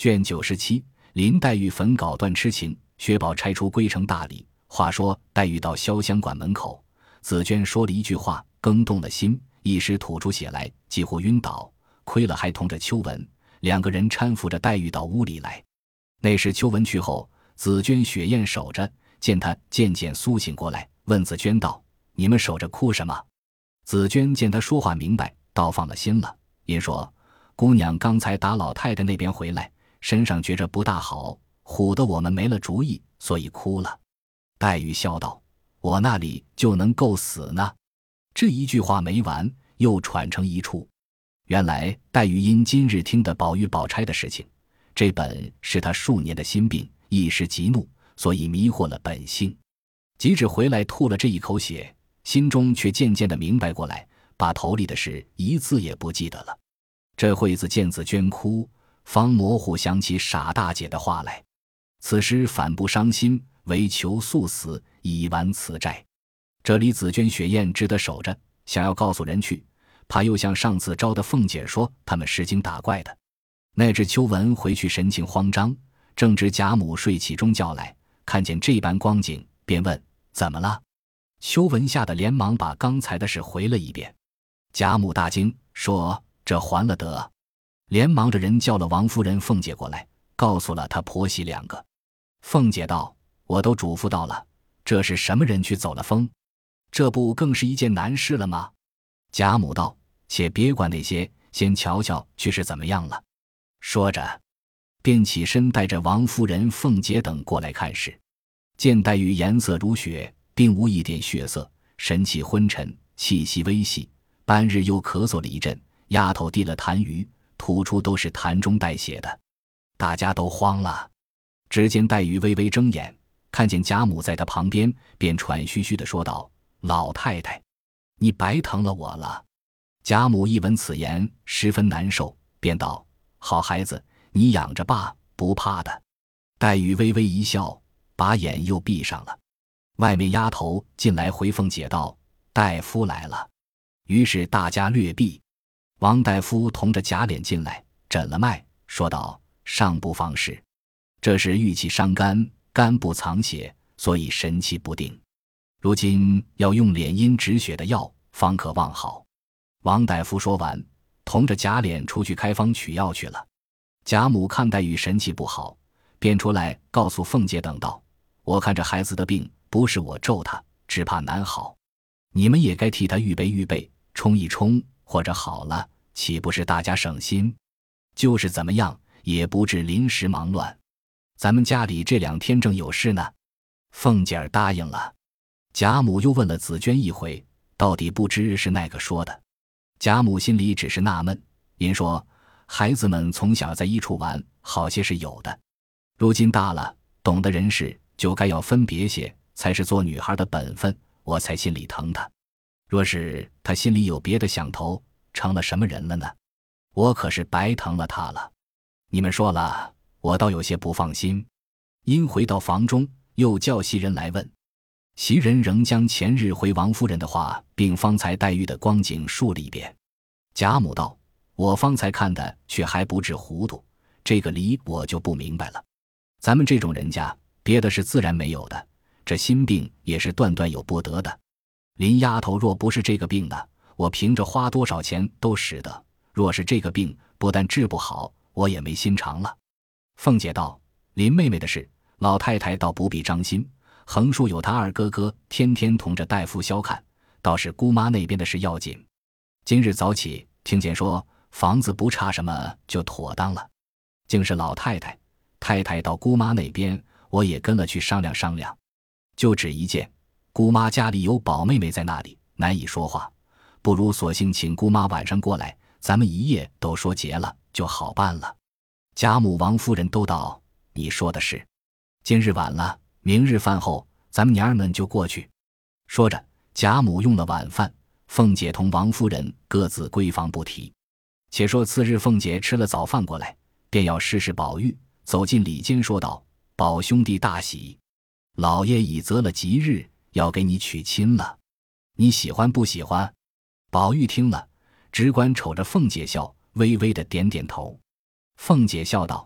卷97，林黛玉焚稿断痴情，薛宝钗出归程大礼。话说黛玉到潇湘馆门口，紫娟说了一句话，更动了心，一时吐出血来，几乎晕倒。亏了还同着秋纹，两个人搀扶着黛玉到屋里来。那时秋纹去后，紫娟雪雁守着，见她渐渐苏醒过来，问紫娟道：“你们守着哭什么？”紫娟见她说话明白，倒放了心了，因说：“姑娘刚才打老太太那边回来，身上觉着不大好，唬得我们没了主意，所以哭了。”黛玉笑道：“我那里就能够死呢？”这一句话没完，又喘成一处。原来黛玉因今日听得宝玉宝钗的事情，这本是她数年的心病，一时急怒，所以迷惑了本性。即使回来吐了这一口血，心中却渐渐地明白过来，把头里的事一字也不记得了。这会子见紫娟哭，方模糊想起傻大姐的话来，此时反不伤心，唯求速死，以完此债。这里紫娟雪雁只得守着，想要告诉人去，怕又像上次招的凤姐说他们失精打怪的。那至秋纹回去神情慌张，正值贾母睡起中觉来，看见这般光景，便问：“怎么了？”秋纹吓得连忙把刚才的事回了一遍。贾母大惊，说：“这还了得！”连忙着人叫了王夫人、凤姐过来，告诉了她婆媳两个。凤姐道：“我都嘱咐到了，这是什么人去走了风？这不更是一件难事了吗？”贾母道：“且别管那些，先瞧瞧去是怎么样了。”说着便起身带着王夫人、凤姐等过来看事。见黛玉颜色如雪，并无一点血色，神气昏沉，气息微细，半日又咳嗽了一阵，丫头递了痰盂，吐出都是痰中带血的。大家都慌了。只见黛玉微微睁眼，看见贾母在她旁边，便喘吁吁地说道：“老太太，你白疼了我了。”贾母一闻此言，十分难受，便道：“好孩子，你养着吧，不怕的。”黛玉微微一笑，把眼又闭上了。外面丫头进来回凤姐道：“大夫来了。”于是大家略避。王大夫同着贾琏进来，诊了脉，说道：“尚不妨事，这是郁气伤肝，肝不藏血，所以神气不定。如今要用敛阴止血的药，方可望好。”王大夫说完，同着贾琏出去开方取药去了。贾母看黛玉神气不好，便出来告诉凤姐等道：“我看这孩子的病，不是我咒他，只怕难好。你们也该替他预备预备，冲一冲，或者好了，岂不是大家省心？就是怎么样，也不致临时忙乱。咱们家里这2天正有事呢。”凤姐儿答应了。贾母又问了紫娟一回，到底不知是那个说的。贾母心里只是纳闷，因说孩子们从小在一处玩，好些是有的，如今大了，懂得人事，就该要分别些，才是做女孩的本分，我才心里疼她。若是她心里有别的想头，成了什么人了呢？我可是白疼了她了。你们说了，我倒有些不放心。因回到房中，又叫袭人来问。袭人仍将前日回王夫人的话，并方才黛玉的光景述了一遍。贾母道：“我方才看的却还不致糊涂，这个理我就不明白了。咱们这种人家，别的是自然没有的，这心病也是断断有不得的。林丫头若不是这个病的，我凭着花多少钱都使得；若是这个病，不但治不好，我也没心肠了。”凤姐道：“林妹妹的事，老太太倒不必张心，横竖有她二哥哥天天同着大夫消看，倒是姑妈那边的事要紧。今日早起听见说房子不差什么，就妥当了。竟是老太太、太太到姑妈那边，我也跟了去商量商量。就只一件，姑妈家里有宝妹妹在那里，难以说话，不如索性请姑妈晚上过来，咱们一夜都说结了，就好办了。”贾母、王夫人都道：“你说的是，今日晚了，明日饭后，咱们娘儿们就过去。”说着，贾母用了晚饭，凤姐同王夫人各自归房不提。且说次日，凤姐吃了早饭过来，便要试试宝玉，走进里间说道：“宝兄弟大喜，老爷已择了吉日，要给你娶亲了，你喜欢不喜欢？”宝玉听了，只管瞅着凤姐笑，微微的点点头。凤姐笑道：“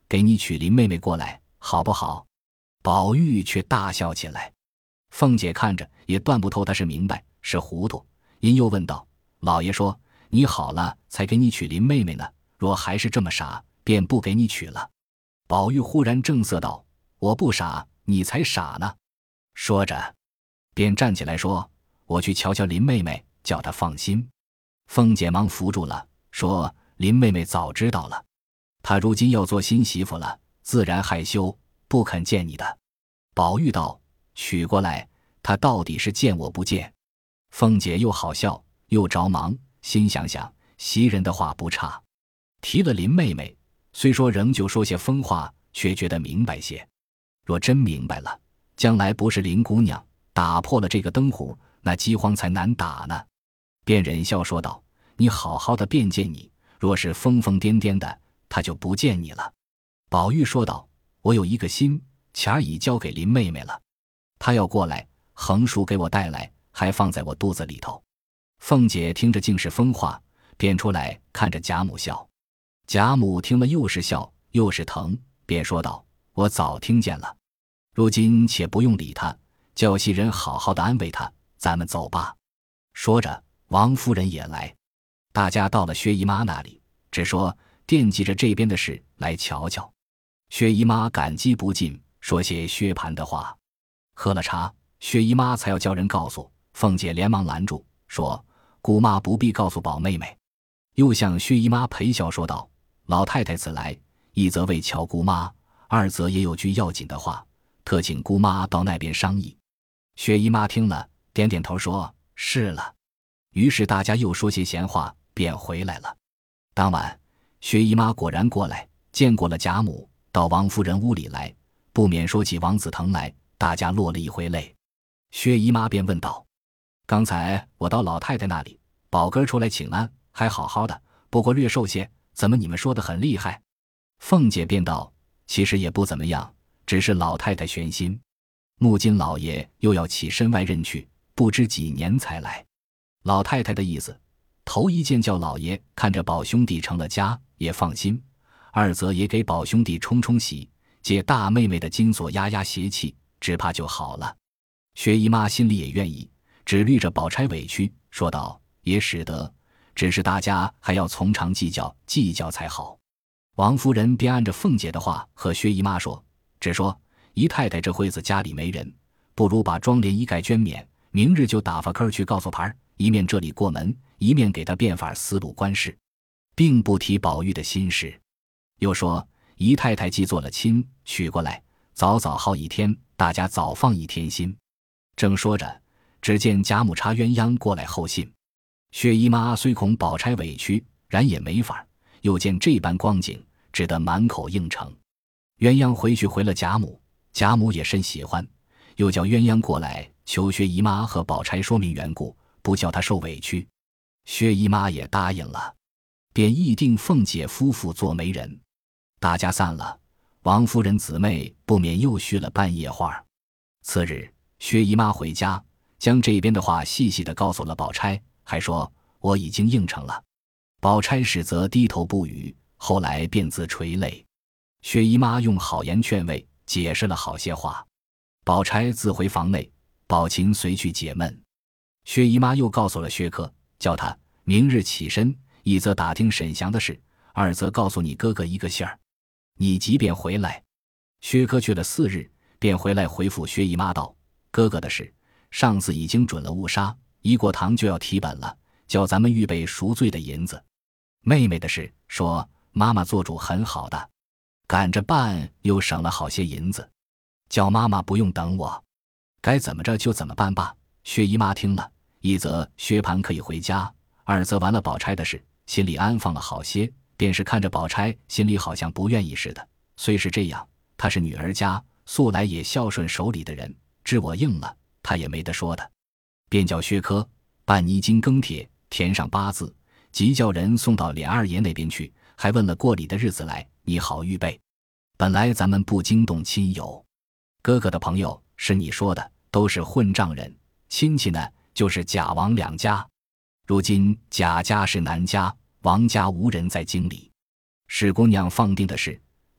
给你娶林妹妹过来，好不好？”宝玉却大笑起来。凤姐看着也断不透他是明白是糊涂，因又问道：“老爷说你好了才给你娶林妹妹呢，若还是这么傻，便不给你娶了。”宝玉忽然正色道：“我不傻，你才傻呢。”说着便站起来说：“我去瞧瞧林妹妹，叫她放心。”凤姐忙扶住了，说：“林妹妹早知道了，她如今要做新媳妇了，自然害羞，不肯见你的。”宝玉道：“娶过来，她到底是见我不见？”凤姐又好笑又着忙，心想想袭人的话不差，提了林妹妹，虽说仍旧说些疯话，却觉得明白些。若真明白了，将来不是林姑娘打破了这个灯壶，那饥荒才难打呢。便忍笑说道：“你好好的便见你，若是疯疯癫癫的，他就不见你了。”宝玉说道：“我有一个心，钱儿已交给林妹妹了，她要过来，横竖给我带来，还放在我肚子里头。”凤姐听着竟是疯话，便出来看着贾母笑。贾母听了又是笑又是疼，便说道：“我早听见了，如今且不用理他，叫袭人好好的安慰他，咱们走吧。”说着王夫人也来，大家到了薛姨妈那里，只说惦记着这边的事，来瞧瞧。薛姨妈感激不尽，说些薛蟠的话。喝了茶，薛姨妈才要叫人告诉，凤姐连忙拦住，说：“姑妈不必告诉宝妹妹。”又向薛姨妈陪笑说道：“老太太此来，一则为瞧姑妈，二则也有句要紧的话，特请姑妈到那边商议。”薛姨妈听了，点点头说：“是了。”于是大家又说些闲话，便回来了。当晚，薛姨妈果然过来，见过了贾母，到王夫人屋里来，不免说起王子腾来，大家落了一回泪。薛姨妈便问道：“刚才我到老太太那里，宝哥出来请安，还好好的，不过略瘦些，怎么你们说得很厉害？”凤姐便道：“其实也不怎么样，只是老太太悬心。木金老爷又要起身外任去，不知几年才来。老太太的意思，头一件叫老爷看着宝兄弟成了家也放心，二则也给宝兄弟冲冲喜，借大妹妹的金锁压压邪气，只怕就好了。”薛姨妈心里也愿意，只虑着宝钗委屈，说道：“也使得，只是大家还要从长计较计较才好。”王夫人便按着凤姐的话和薛姨妈说，只说姨太太这会子家里没人，不如把妆奁一概捐免，明日就打发客去告诉牌，一面这里过门，一面给他变法思路官事，并不提宝玉的心事。又说姨太太既做了亲，娶过来，早早好一天，大家早放一天心。正说着，只见贾母插鸳鸯过来候信。薛姨妈虽恐宝钗委屈，然也没法，又见这般光景，只得满口应承。鸳鸯回去回了贾母，贾母也甚喜欢，又叫鸳鸯过来求薛姨妈和宝钗说明缘故，不叫她受委屈。薛姨妈也答应了，便议定凤姐夫妇做媒人。大家散了，王夫人姊妹不免又续了半夜话。次日，薛姨妈回家，将这边的话细细地告诉了宝钗，还说我已经应承了。宝钗始则低头不语，后来便自垂泪。薛姨妈用好言劝慰，解释了好些话。宝钗自回房内，宝琴随去解闷。薛姨妈又告诉了薛科，叫他明日起身，一则打听沈祥的事，二则告诉你哥哥一个信儿，你即便回来。薛科去了4日，便回来回复薛姨妈道：“哥哥的事，上次已经准了误杀，一过堂就要提本了，叫咱们预备赎罪的银子。妹妹的事，说妈妈做主很好的，赶着办又省了好些银子，叫妈妈不用等我，该怎么着就怎么办吧。”薛姨妈听了，一则薛蟠可以回家，二则完了宝钗的事，心里安放了好些，便是看着宝钗心里好像不愿意似的。虽是这样，她是女儿家，素来也孝顺守礼的人，知我应了，她也没得说的。便叫薛科办泥金庚帖，填上8字，即叫人送到琏二爷那边去，还问了过礼的日子来，你好预备。本来咱们不惊动亲友，哥哥的朋友是你说的，都是混账人，亲戚呢就是贾王2家，如今贾家是南家，王家无人在经理。史姑娘放定的事，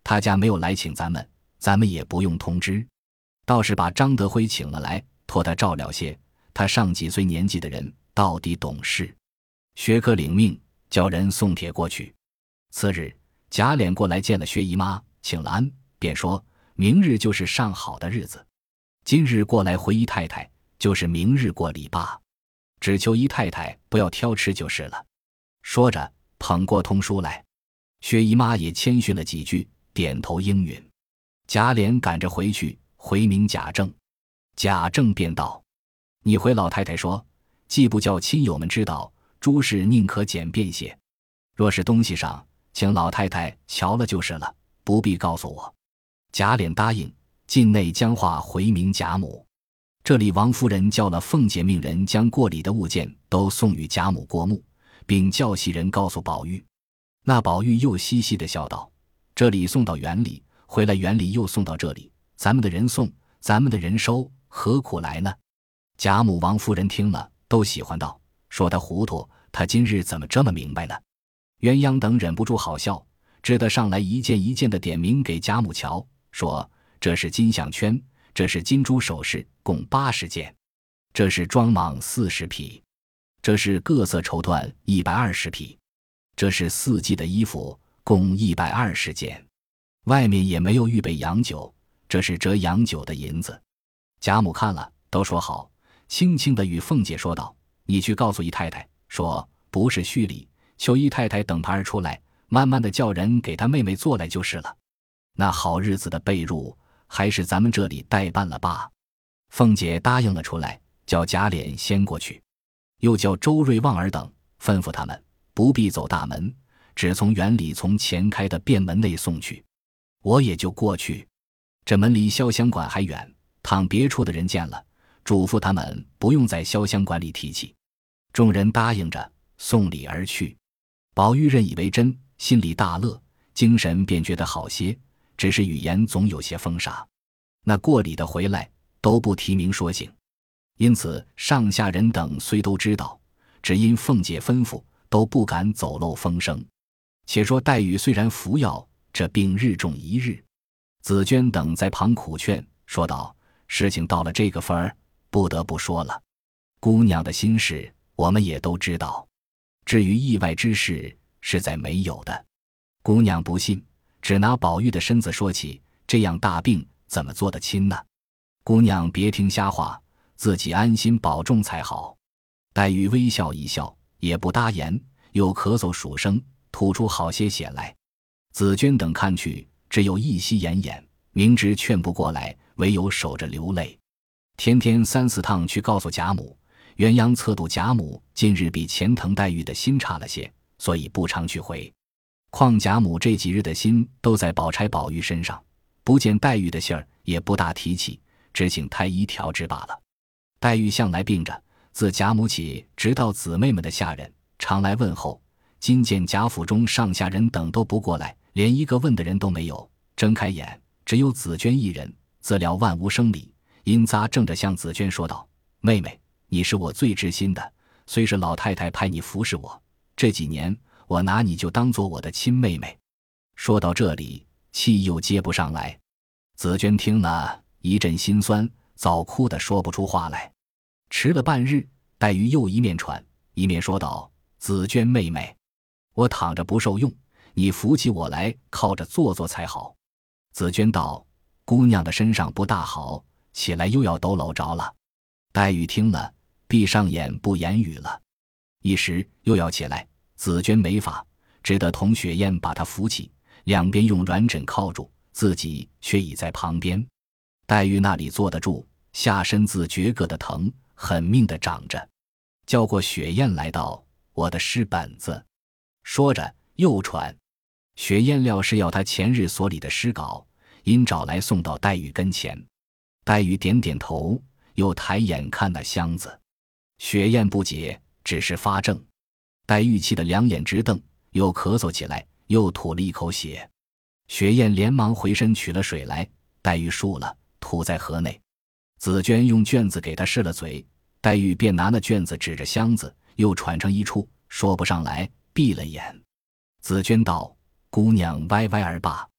他家没有来请咱们，咱们也不用通知。倒是把张德辉请了来，托他照料些，他上几岁年纪的人到底懂事。薛科领命，叫人送帖过去。次日，贾琏过来见了薛姨妈，请了安，便说明日就是上好的日子，今日过来回姨太太，就是明日过礼罢，只求姨太太不要挑吃就是了。说着捧过通书来，薛姨妈也谦逊了几句，点头应允。贾琏赶着回去，回明贾政。贾政便道：你回老太太说，既不叫亲友们知道，诸事宁可简便些，若是东西上，请老太太瞧了就是了，不必告诉我。贾琏答应，进内将话回明贾母。这里王夫人叫了凤姐，命人将过礼的物件都送与贾母过目，并叫袭人告诉宝玉。那宝玉又嘻嘻地笑道：这里送到园里，回来园里又送到这里，咱们的人送，咱们的人收，何苦来呢？贾母、王夫人听了都喜欢道：说他糊涂，他今日怎么这么明白呢？鸳鸯等忍不住好笑，只得上来一件一件的点名给贾母瞧，说这是金项圈，这是金珠首饰，共80件，这是装蟒40匹，这是各色绸缎120匹，这是4季的衣服，共120件，外面也没有预备洋酒，这是折洋酒的银子。贾母看了都说好，轻轻地与凤姐说道：你去告诉姨太太，说不是虚礼，求姨太太等她儿出来，慢慢的叫人给她妹妹做来就是了。那好日子的被褥，还是咱们这里代办了吧。凤姐答应了出来，叫贾琏先过去，又叫周瑞、旺儿等吩咐他们不必走大门，只从园里从前开的便门内送去。我也就过去，这门离潇湘馆还远，倘别处的人见了，嘱咐他们不用在潇湘馆里提起。众人答应着，送礼而去。宝玉认以为真，心里大乐，精神便觉得好些，只是语言总有些风沙。那过礼的回来都不提名说姓，因此上下人等虽都知道，只因凤姐吩咐，都不敢走漏风声。且说黛玉虽然服药，这病日重一日。紫娟等在旁苦劝，说道：事情到了这个份儿，不得不说了。姑娘的心事我们也都知道，至于意外之事，实在没有的。姑娘不信，只拿宝玉的身子说起，这样大病怎么做得亲呢？姑娘别听瞎话，自己安心保重才好。黛玉微笑一笑，也不答言，又咳嗽数声，吐出好些血来。紫娟等看去，只有一息奄奄，明知劝不过来，唯有守着流泪。天天3、4趟去告诉贾母，鸳鸯测度贾母近日比前疼黛玉的心差了些，所以不常去回。况贾母这几日的心都在宝钗、宝玉身上，不见黛玉的信儿，也不大提起，只请太医调治罢了。黛玉向来病着，自贾母起，直到姊妹们的下人常来问候，今见贾府中上下人等都不过来，连一个问的人都没有。睁开眼，只有紫娟一人，自了万无生理，因咂正着向紫娟说道：妹妹，你是我最知心的，虽是老太太派你服侍我，这几年我拿你就当做我的亲妹妹。说到这里，气又接不上来。紫娟听了一阵心酸，早哭得说不出话来。迟了半日，黛玉又一面喘一面说道：紫娟妹妹，我躺着不受用，你扶起我来，靠着坐坐才好。紫娟道：姑娘的身上不大好，起来又要抖搂着了。黛玉听了，闭上眼不言语了。一时又要起来，紫娟没法，只得同雪雁把她扶起，两边用软枕靠住，自己却倚在旁边。黛玉那里坐得住，下身自觉个的疼，狠命地长着。叫过雪雁来道：我的诗本子。说着又喘。雪雁料是要他前日所理的诗稿，因找来送到黛玉跟前。黛玉点点头，又抬眼看那箱子。雪雁不解，只是发怔。黛玉气得两眼直瞪，又咳嗽起来，又吐了一口血。雪雁连忙回身取了水来，黛玉漱了，吐在河内。紫娟用卷子给她拭了嘴，黛玉便拿那卷子指着箱子，又喘成一处，说不上来，闭了眼。紫娟道：姑娘歪歪儿罢。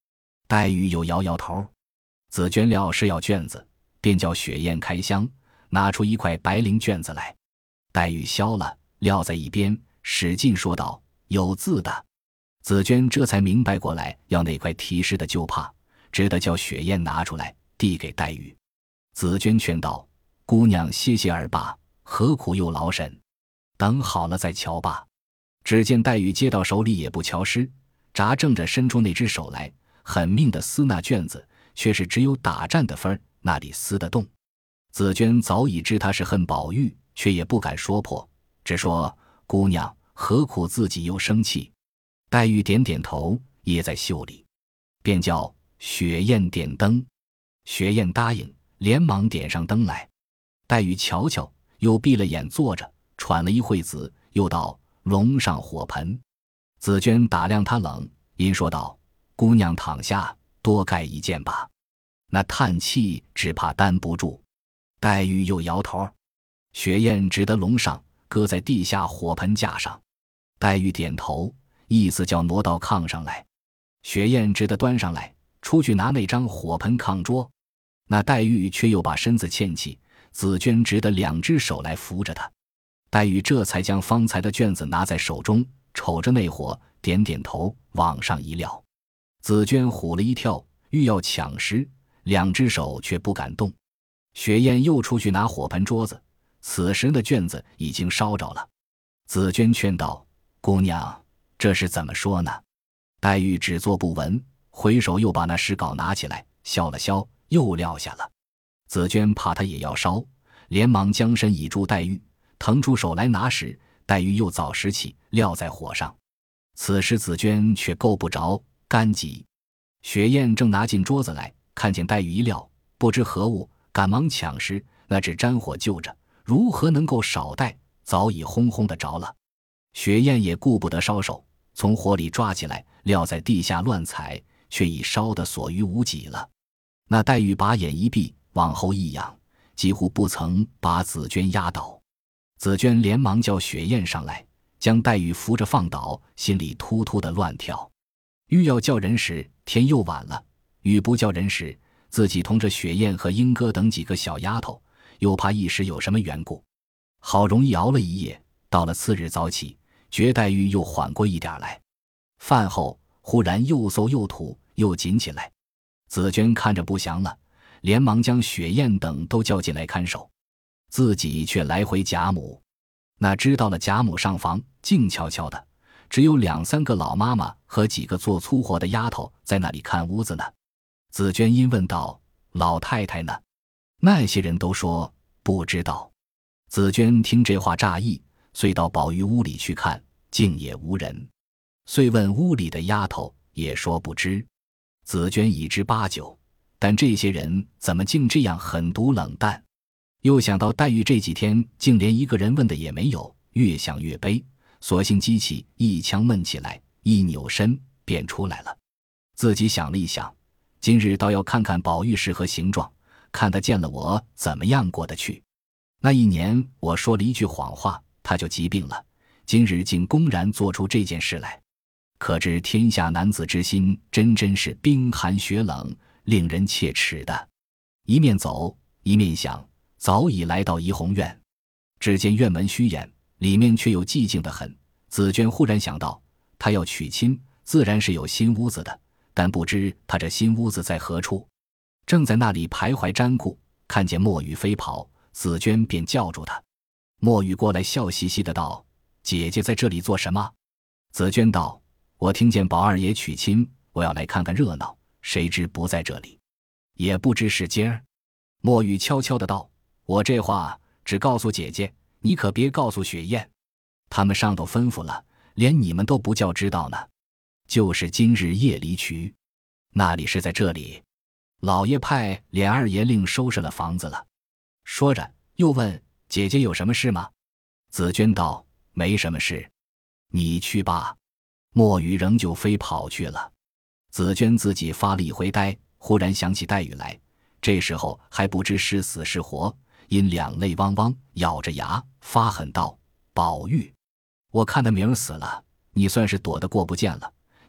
黛玉又摇摇头。紫鹃料是要卷子，便叫雪雁开箱，拿出一块白绫卷子来。黛玉削了，撂在一边，使劲说道：“有字的。”紫鹃这才明白过来，要那块题诗的旧帕，只得叫雪雁拿出来，递给黛玉。紫鹃劝道：“姑娘歇歇儿罢，何苦又劳神？等好了再瞧吧。”只见黛玉接到手里也不瞧诗，眨正着伸出那只手来，狠命的撕那卷子，却是只有打颤的分，那里撕得动。紫鹃早已知他是恨宝玉，却也不敢说破，只说：“姑娘何苦自己又生气？”黛玉点点头，掖在袖里，便叫雪雁点灯。雪雁答应，连忙点上灯来。黛玉瞧瞧，又闭了眼坐着，喘了一会子，又道：“笼上火盆。”紫鹃打量他冷，因说道：“姑娘躺下，多盖一件吧，那叹气只怕担不住。”黛玉又摇头。雪雁只得笼上，搁在地下火盆架上。黛玉点头，意思叫挪到炕上来。雪雁只得端上来，出去拿那张火盆炕桌。那黛玉却又把身子欠起，紫鹃只得两只手来扶着她。黛玉这才将方才的卷子拿在手中，瞅着那火，点点头，往上一撂。紫鹃唬了一跳，欲要抢时，两只手却不敢动。雪雁又出去拿火盆桌子，此时那卷子已经烧着了。紫鹃劝道：“姑娘，这是怎么说呢？”黛玉只做不闻，回手又把那诗稿拿起来，削了削，又撂下了。紫鹃怕他也要烧，连忙将身倚住黛玉，腾出手来拿时，黛玉又早拾起，撂在火上。此时紫鹃却够不着，干急。雪雁正拿进桌子来，看见黛玉一撂，不知何物，赶忙抢时，那只沾火就着，如何能够少带，早已轰轰的着了。雪雁也顾不得烧手，从火里抓起来，撂在地下乱踩，却已烧得所余无几了。那黛玉把眼一闭，往后一仰，几乎不曾把紫鹃压倒。紫鹃连忙叫雪雁上来，将黛玉扶着放倒，心里突突的乱跳。欲要叫人时，天又晚了；欲不叫人时，自己同着雪雁和莺歌等几个小丫头，又怕一时有什么缘故。好容易熬了一夜，到了次日早起，觉黛玉又缓过一点来。饭后忽然又嗽又吐，又紧起来。紫鹃看着不祥了，连忙将雪雁等都叫进来看守，自己却来回贾母。那知道了贾母上房，静悄悄的，只有两三个老妈妈和几个做粗活的丫头在那里看屋子呢。紫鹃因问道：“老太太呢？”那些人都说不知道。紫鹃听这话乍异，遂到宝玉屋里去看，竟也无人。遂问屋里的丫头，也说不知。紫鹃已知八九，但这些人怎么竟这样狠毒冷淡？又想到黛玉这几天竟连一个人问的也没有，越想越悲，索性激起一腔闷起来，一扭身便出来了。自己想了一想，今日倒要看看宝玉是何形状，看他见了我怎么样过得去。那一年我说了一句谎话，他就疾病了，今日竟公然做出这件事来，可知天下男子之心真是冰寒雪冷，令人切齿的。一面走一面想，早已来到怡红院，只见院门虚掩，里面却又寂静得很。紫鹃忽然想到，他要娶亲，自然是有新屋子的，但不知他这新屋子在何处。正在那里徘徊瞻顾，看见墨玉飞跑，紫鹃便叫住他。墨玉过来笑嘻嘻的道：“姐姐在这里做什么？”紫鹃道：“我听见宝二爷娶亲，我要来看看热闹，谁知不在这里，也不知是今儿。”墨玉悄悄的道：“我这话只告诉姐姐，你可别告诉雪雁。他们上头吩咐了，连你们都不叫知道呢。就是今日夜里娶，那里是在这里。老爷派琏二爷令收拾了房子了。”说着又问：“姐姐有什么事吗？”紫鹃道：“没什么事，你去吧。”墨玉仍旧飞跑去了。紫鹃自己发了一回呆，忽然想起黛玉来，这时候还不知是死是活，因两泪汪汪，咬着牙发狠道：“宝玉，我看他明儿死了，你算是躲得过不见了。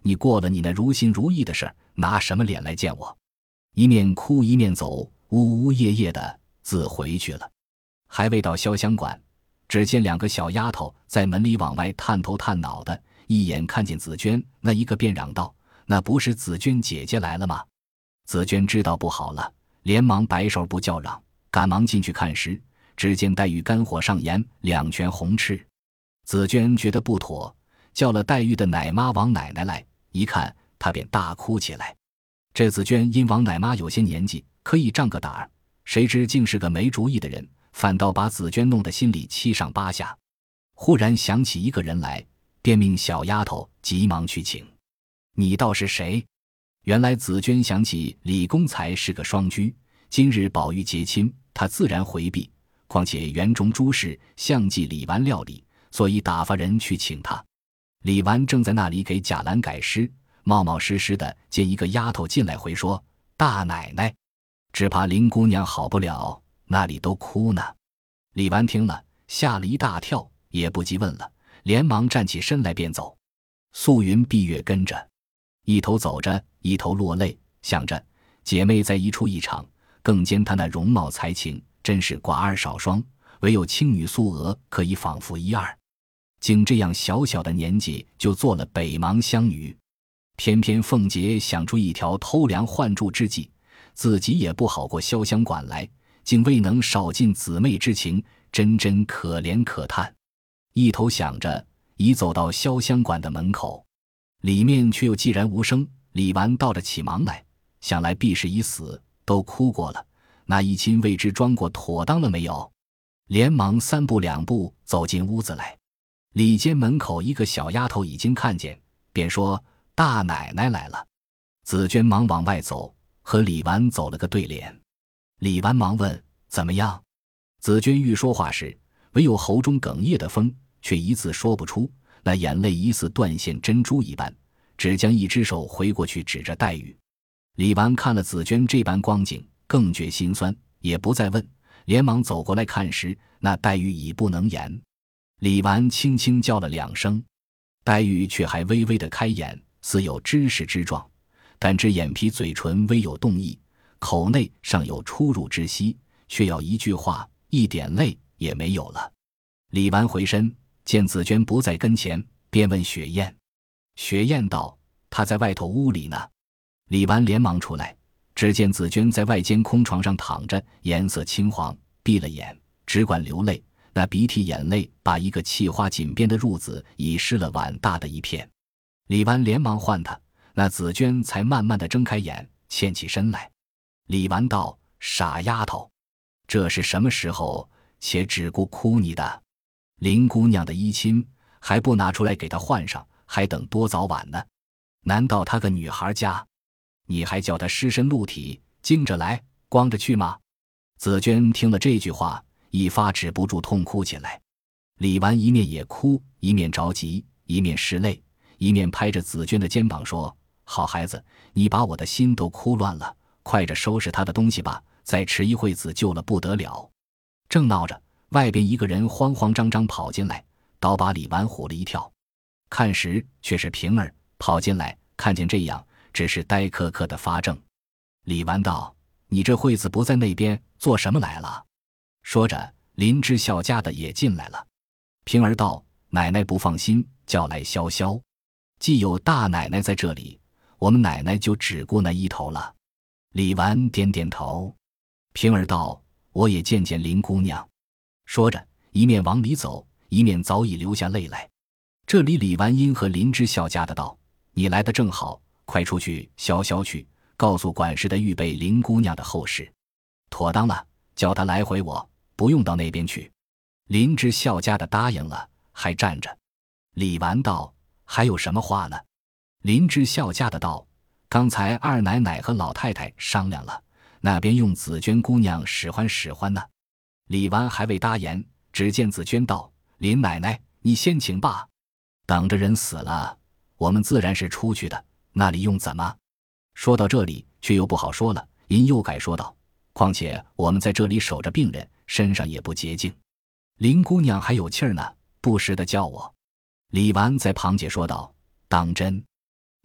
你过了你那如心如意的事，拿什么脸来见我？”一面哭一面走，呜呜咽咽的自回去了。还未到潇湘馆，只见2个小丫头在门里往外探头探脑的，一眼看见紫娟，那一个便嚷道：“那不是紫娟姐姐来了吗？”紫娟知道不好了，连忙摆手不叫嚷，赶忙进去看时，只见黛玉肝火上炎，2拳红赤。紫娟觉得不妥，叫了黛玉的奶妈王奶奶来，一看她便大哭起来。这紫娟因王奶妈有些年纪，可以仗个胆儿，谁知竟是个没主意的人，反倒把紫娟弄得心里七上八下。忽然想起一个人来，便命小丫头急忙去请。你倒是谁？原来紫娟想起李公才是个双居，今日宝玉结亲，她自然回避，况且园中诸事相继李纨料理，所以打发人去请她。李纨正在那里给贾兰改诗，冒冒失失的见一个丫头进来回说：“大奶奶，只怕林姑娘好不了，那里都哭呢。”李纨听了吓了一大跳，也不及问了，连忙站起身来便走。素云闭月跟着，一头走着一头落泪，想着姐妹在一处一场，更兼她那容貌才情真是寡二少双，唯有青女素娥可以仿佛一二，竟这样小小的年纪就做了北邙湘女。偏偏凤姐想出一条偷梁换柱之计，自己也不好过潇湘馆来，竟未能少尽姊妹之情，真真可怜可叹。一头想着，已走到潇湘馆的门口，里面却又寂然无声。李纨倒着起忙来，想来必是已死，都哭过了，那一亲未知装过妥当了没有，连忙3步2步走进屋子来。里间门口一个小丫头已经看见，便说：“大奶奶来了。”紫娟忙往外走，和李纨走了个对脸。李纨忙问：“怎么样？”紫娟欲说话时，唯有喉中哽咽的风，却一字说不出，那眼泪疑似断线珍珠一般，只将一只手回过去指着黛玉。李纨看了紫娟这般光景，更觉心酸，也不再问，连忙走过来看时，那黛玉已不能言。李纨轻轻叫了2声，黛玉却还微微的开眼，似有知识之状，但只眼皮嘴唇微有动意，口内尚有出入之息，却要一句话一点泪也没有了。李纨回身见紫娟不在跟前，便问雪雁。雪雁道：“她在外头屋里呢。”李纨连忙出来，只见紫娟在外间空床上躺着，颜色青黄，闭了眼，只管流泪，那鼻涕眼泪把一个气花锦边的褥子已湿了碗大的一片。李纨连忙唤她，那紫娟才慢慢地睁开眼，欠起身来。李纨道：“傻丫头，这是什么时候且只顾哭你的？林姑娘的衣襟还不拿出来给她换上，还等多早晚呢？难道她个女孩家，你还叫她湿身露体，惊着来，光着去吗？”紫娟听了这句话，一发止不住痛哭起来。李纨一面也哭，一面着急，一面拭泪，一面拍着紫娟的肩膀说：“好孩子，你把我的心都哭乱了，快着收拾她的东西吧，再迟一会子就了不得了。”正闹着，外边一个人慌慌张张跑进来，倒把李纨唬了一跳。看时却是平儿跑进来，看见这样，只是呆磕磕的发怔。李纨道：“你这会子不在那边做什么来了？”说着，林之孝家的也进来了。平儿道：“奶奶不放心，叫来潇潇。既有大奶奶在这里，我们奶奶就只顾那一头了。”李纨点点头。平儿道：“我也见见林姑娘。”说着，一面往里走，一面早已流下泪来。这里李纨因和林之孝家的道：“你来的正好，快出去潇潇去，告诉管事的预备林姑娘的后事。妥当了，叫她来回我，不用到那边去。”林之孝家的答应了，还站着。李纨道：“还有什么话呢？”林之孝家的道：“刚才二奶奶和老太太商量了，那边用紫娟姑娘使唤使唤呢。”李纨还未答言，只见紫娟道：“林奶奶，你先请罢，等着人死了，我们自然是出去的，那里用怎么？”说到这里，却又不好说了，因又改说道：“况且我们在这里守着病人，身上也不洁净。林姑娘还有气儿呢，不时的叫我。”李纨在旁解说道：“当真？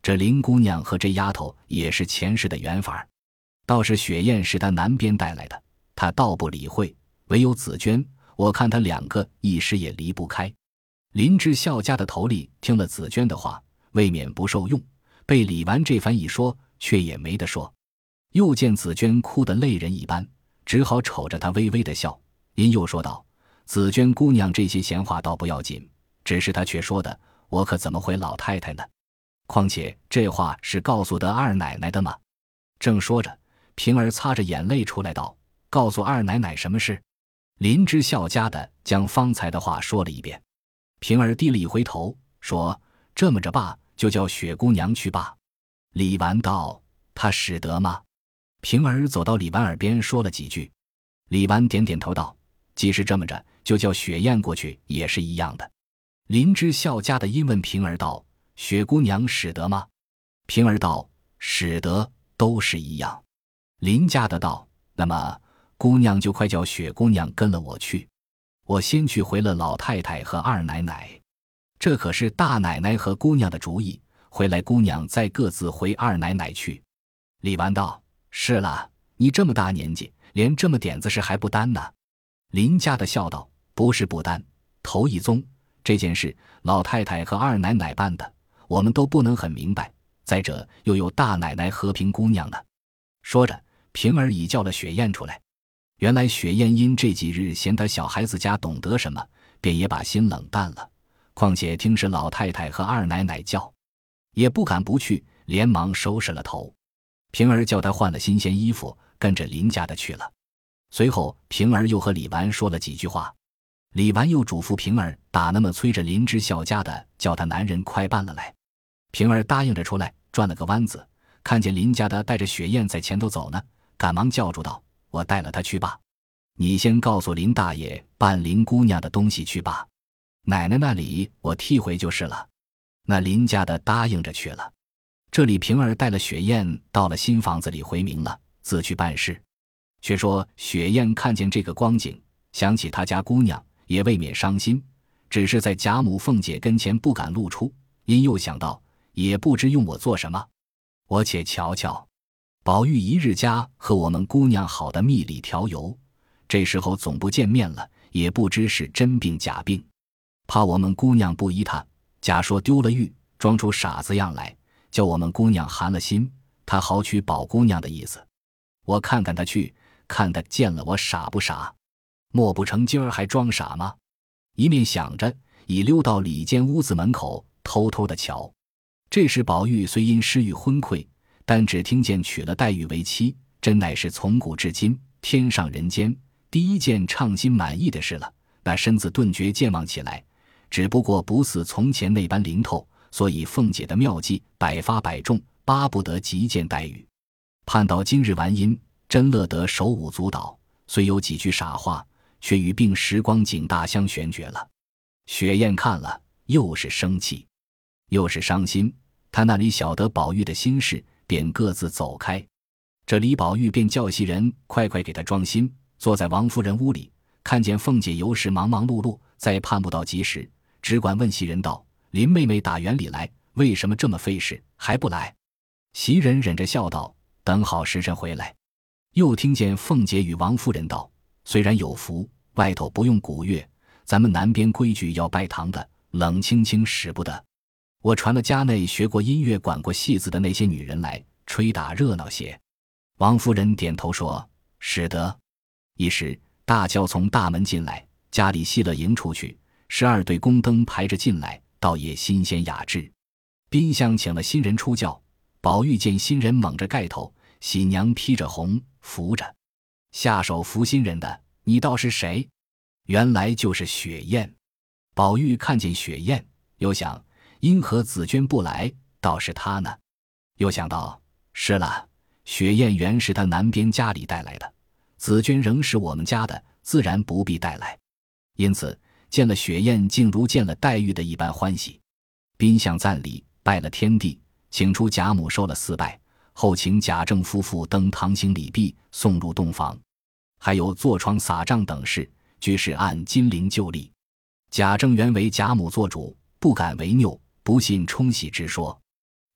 这林姑娘和这丫头也是前世的缘法，倒是雪雁是她南边带来的，她倒不理会，唯有紫娟，我看她两个一时也离不开。林之孝家的头里听了紫娟的话，未免不受用，被李纨这番一说，却也没得说。又见紫娟哭得泪人一般，只好瞅着她微微的笑。因又说道：紫娟姑娘这些闲话倒不要紧，只是她却说的，我可怎么回老太太呢？况且这话是告诉得二奶奶的吗？正说着，平儿擦着眼泪出来道：告诉二奶奶什么事？林之孝家的将方才的话说了一遍。平儿低了一回头，说：这么着罢，就叫雪姑娘去罢。李纨道：她使得吗？平儿走到李纨耳边说了几句。李纨点点头道：既是这么着，就叫雪雁过去也是一样的。林之孝家的因问平儿道：雪姑娘使得吗？平儿道：使得，都是一样。林家的道：那么姑娘就快叫雪姑娘跟了我去，我先去回了老太太和二奶奶。这可是大奶奶和姑娘的主意，回来姑娘再各自回二奶奶去。李纨道：是了，你这么大年纪，连这么点子事还不担呢。林家的笑道：不是不担，头一宗这件事老太太和二奶奶办的，我们都不能很明白，再者又有大奶奶和平姑娘呢。说着，平儿已叫了雪雁出来。原来雪雁因这几日嫌他小孩子家懂得什么，便也把心冷淡了，况且听是老太太和二奶奶叫，也不敢不去，连忙收拾了头。平儿叫他换了新鲜衣服，跟着林家的去了。随后平儿又和李纨说了几句话，李纨又嘱咐平儿打那么催着林之孝家的，叫他男人快办了来。平儿答应着出来，转了个弯子，看见林家的带着雪雁在前头走呢，赶忙叫住道：我带了他去吧，你先告诉林大爷办林姑娘的东西去吧，奶奶那里我替回就是了。那林家的答应着去了。这里平儿带了雪雁到了新房子里回明了，自去办事。却说雪雁看见这个光景，想起他家姑娘，也未免伤心，只是在贾母凤姐跟前不敢露出，因又想到也不知用我做什么，我且瞧瞧宝玉一日家和我们姑娘好的蜜里调油，这时候总不见面了，也不知是真病假病，怕我们姑娘不依他，假说丢了玉，装出傻子样来，叫我们姑娘寒了心，他好娶宝姑娘的意思。我看看他去，看他见了我傻不傻，莫不成今儿还装傻吗？一面想着，已溜到里间屋子门口偷偷的瞧。这时宝玉虽因失欲昏聩，但只听见娶了黛玉为妻，真乃是从古至今天上人间第一件畅心满意的事了，那身子顿觉健忘起来，只不过不似从前那般灵透，所以凤姐的妙计百发百中，巴不得急见黛玉。盼到今日完姻，真乐得手舞足蹈，虽有几句傻话，却与病时光景大相悬绝了。雪雁看了，又是生气又是伤心，他那里晓得宝玉的心事，便各自走开。这李宝玉便叫袭人快快给他装心，坐在王夫人屋里，看见凤姐尤氏忙忙碌碌，再盼不到及时，只管问袭人道：林妹妹打园里来，为什么这么费事，还不来？袭人忍着笑道：等好时辰回来。又听见凤姐与王夫人道：虽然有福，外头不用鼓乐，咱们南边规矩要拜堂的，冷清清使不得。我传了家内学过音乐管过戏子的那些女人来，吹打热闹些。王夫人点头说：使得。一时大轿从大门进来，家里戏乐迎出去，12对宫灯排着进来，倒也新鲜雅致。宾相请了新人出轿，宝玉见新人蒙着盖头，喜娘披着红扶着，下手扶新人的，你道是谁？原来就是雪雁。宝玉看见雪雁，又想因何紫娟不来，倒是他呢？又想到是了，雪雁原是他南边家里带来的，紫娟仍是我们家的，自然不必带来。因此见了雪雁，竟如见了黛玉的一般欢喜。宾相赞礼，拜了天地，请出贾母受了4拜，后请贾政夫妇登堂行礼毕，送入洞房。还有坐床撒帐等事，俱是按金陵旧例。贾政原为贾母做主，不敢违拗，不信冲喜之说。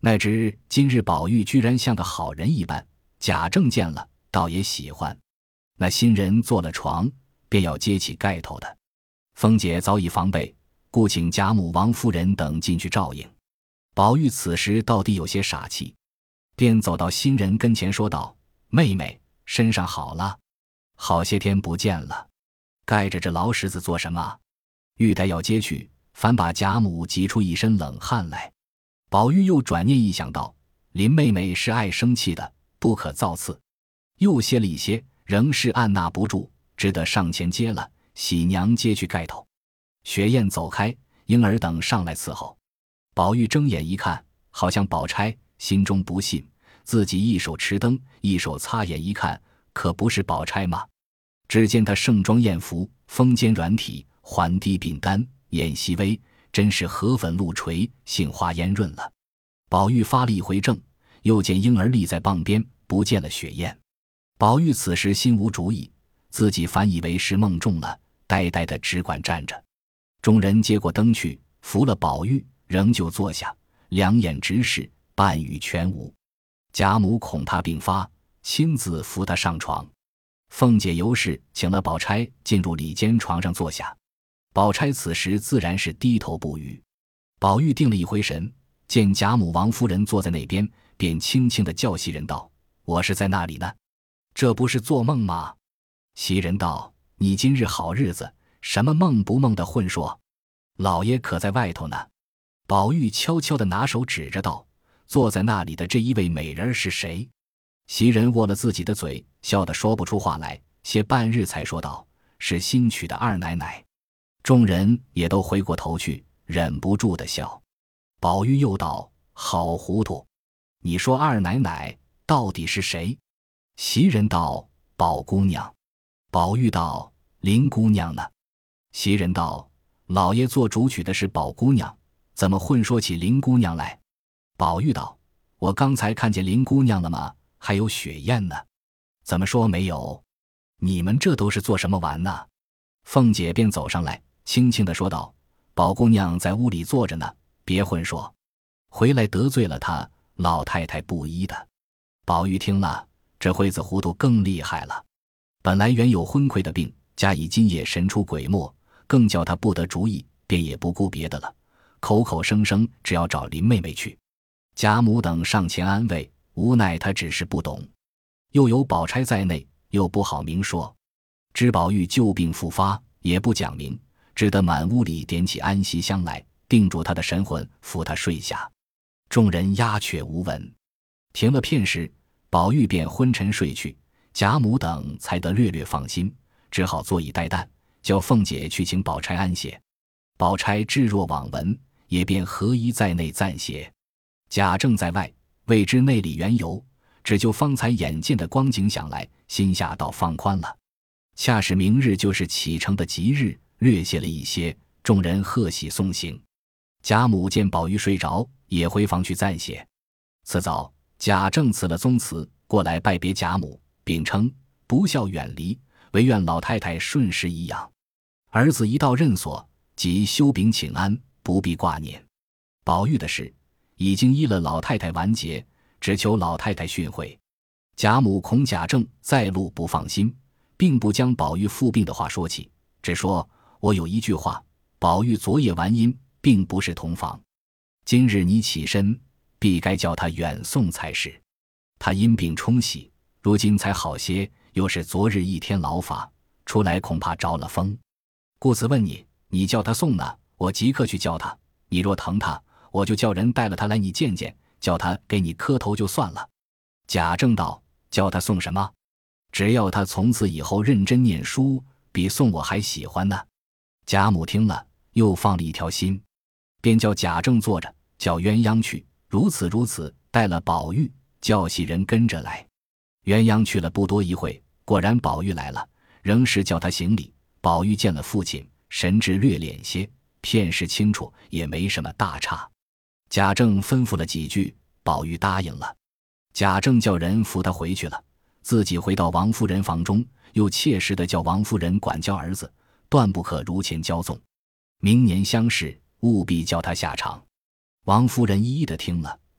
奈知今日宝玉居然像个好人一般，贾政见了倒也喜欢。那新人坐了床，便要揭起盖头的。凤姐早已防备，故请贾母、王夫人等进去照应。宝玉此时到底有些傻气，便走到新人跟前说道：妹妹，身上好了？好些天不见了，盖着这劳什子做什么？玉带要揭去，反把贾母急出一身冷汗来。宝玉又转念一想到，林妹妹是爱生气的，不可造次，又歇了一些，仍是按捺不住，只得上前接了，喜娘揭去盖头。雪雁走开，婴儿等上来伺候。宝玉睁眼一看，好像宝钗，心中不信，自己一手持灯，一手擦眼一看，可不是宝钗吗？只见她盛装艳服，风肩软体，环低鬓丹，眼细微，真是河粉露垂，杏花烟润了。宝玉发了一回怔，又见婴儿立在傍边，不见了雪雁。宝玉此时心无主意，自己反以为是梦中了，呆呆的只管站着。众人接过灯去，扶了宝玉，仍旧坐下，两眼直视，半语全无。贾母恐他病发，亲自扶他上床。凤姐尤氏请了宝钗进入里间床上坐下。宝钗此时自然是低头不语。宝玉定了一回神，见贾母、王夫人坐在那边，便轻轻地叫袭人道：我是在那里呢？这不是做梦吗？袭人道：你今日好日子，什么梦不梦的混说，老爷可在外头呢？宝玉悄悄地拿手指着道：坐在那里的这一位美人是谁？袭人握了自己的嘴，笑得说不出话来，歇半日才说道：是新娶的二奶奶。众人也都回过头去，忍不住的笑。宝玉又道：好糊涂，你说二奶奶到底是谁？袭人道：宝姑娘。宝玉道：林姑娘呢？袭人道：老爷做主娶的是宝姑娘，怎么混说起林姑娘来？宝玉道：我刚才看见林姑娘了吗？还有雪雁呢？怎么说没有？你们这都是做什么玩呢？凤姐便走上来，轻轻地说道：宝姑娘在屋里坐着呢，别混说，回来得罪了她，老太太不依的。宝玉听了，这会子糊涂更厉害了。本来原有昏聩的病，加以今夜神出鬼没，更叫他不得主意，便也不顾别的了，口口声声只要找林妹妹去。贾母等上前安慰，无奈他只是不懂，又有宝钗在内，又不好明说。知宝玉旧病复发，也不讲明，只得满屋里点起安息香来，定住他的神魂，扶他睡下。众人鸦雀无闻。停了片时，宝玉便昏沉睡去，贾母等才得略略放心，只好坐以待旦，叫凤姐去请宝钗安歇。宝钗置若罔闻，也便合衣在内暂歇。贾政在外，未知内里缘由，只就方才眼见的光景想来，心下倒放宽了。恰是明日就是启程的吉日，略歇了一些，众人贺喜送行。贾母见宝玉睡着，也回房去暂歇。次早，贾政辞了宗祠，过来拜别贾母，并称不孝远离，唯愿老太太顺时颐养。儿子一到任所，即休禀请安，不必挂念。宝玉的事已经依了老太太完结，只求老太太训诲。贾母恐贾政再路不放心，并不将宝玉复病的话说起，只说我有一句话，宝玉昨夜完阴，并不是同房，今日你起身，必该叫他远送才是。他因病冲喜，如今才好些，又是昨日一天劳乏，出来恐怕着了风，故此问你，你叫他送呢，我即刻去叫他；你若疼他，我就叫人带了他来你见见，叫他给你磕头就算了。贾政道：叫他送什么？只要他从此以后认真念书，比送我还喜欢呢。贾母听了，又放了一条心，便叫贾政坐着，叫鸳鸯去，如此，带了宝玉，叫袭人跟着来。鸳鸯去了不多一会，果然宝玉来了，仍是叫他行礼。宝玉见了父亲，神志略敛些，片时清楚，也没什么大差。贾政吩咐了几句，宝玉答应了。贾政叫人扶他回去了，自己回到王夫人房中，又切实地叫王夫人管教儿子，断不可如前骄纵。明年乡试，务必叫他下场。王夫人一一的听了，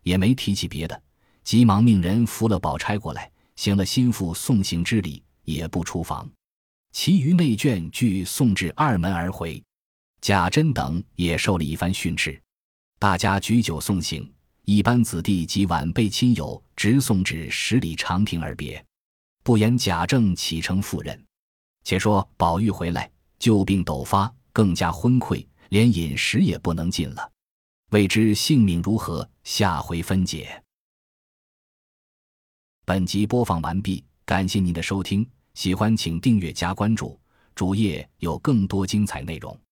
也没提起别的，急忙命人扶了宝钗过来，行了心腹送行之礼，也不出房。其余内眷俱送至二门而回。贾珍等也受了一番训斥，大家举酒送行，一般子弟及晚辈亲友直送至十里长亭而别，不言贾政启程赴任。且说宝玉回来，旧病陡发，更加昏聩，连饮食也不能进了。未知性命如何，下回分解。本集播放完毕，感谢您的收听，喜欢请订阅加关注，主页有更多精彩内容。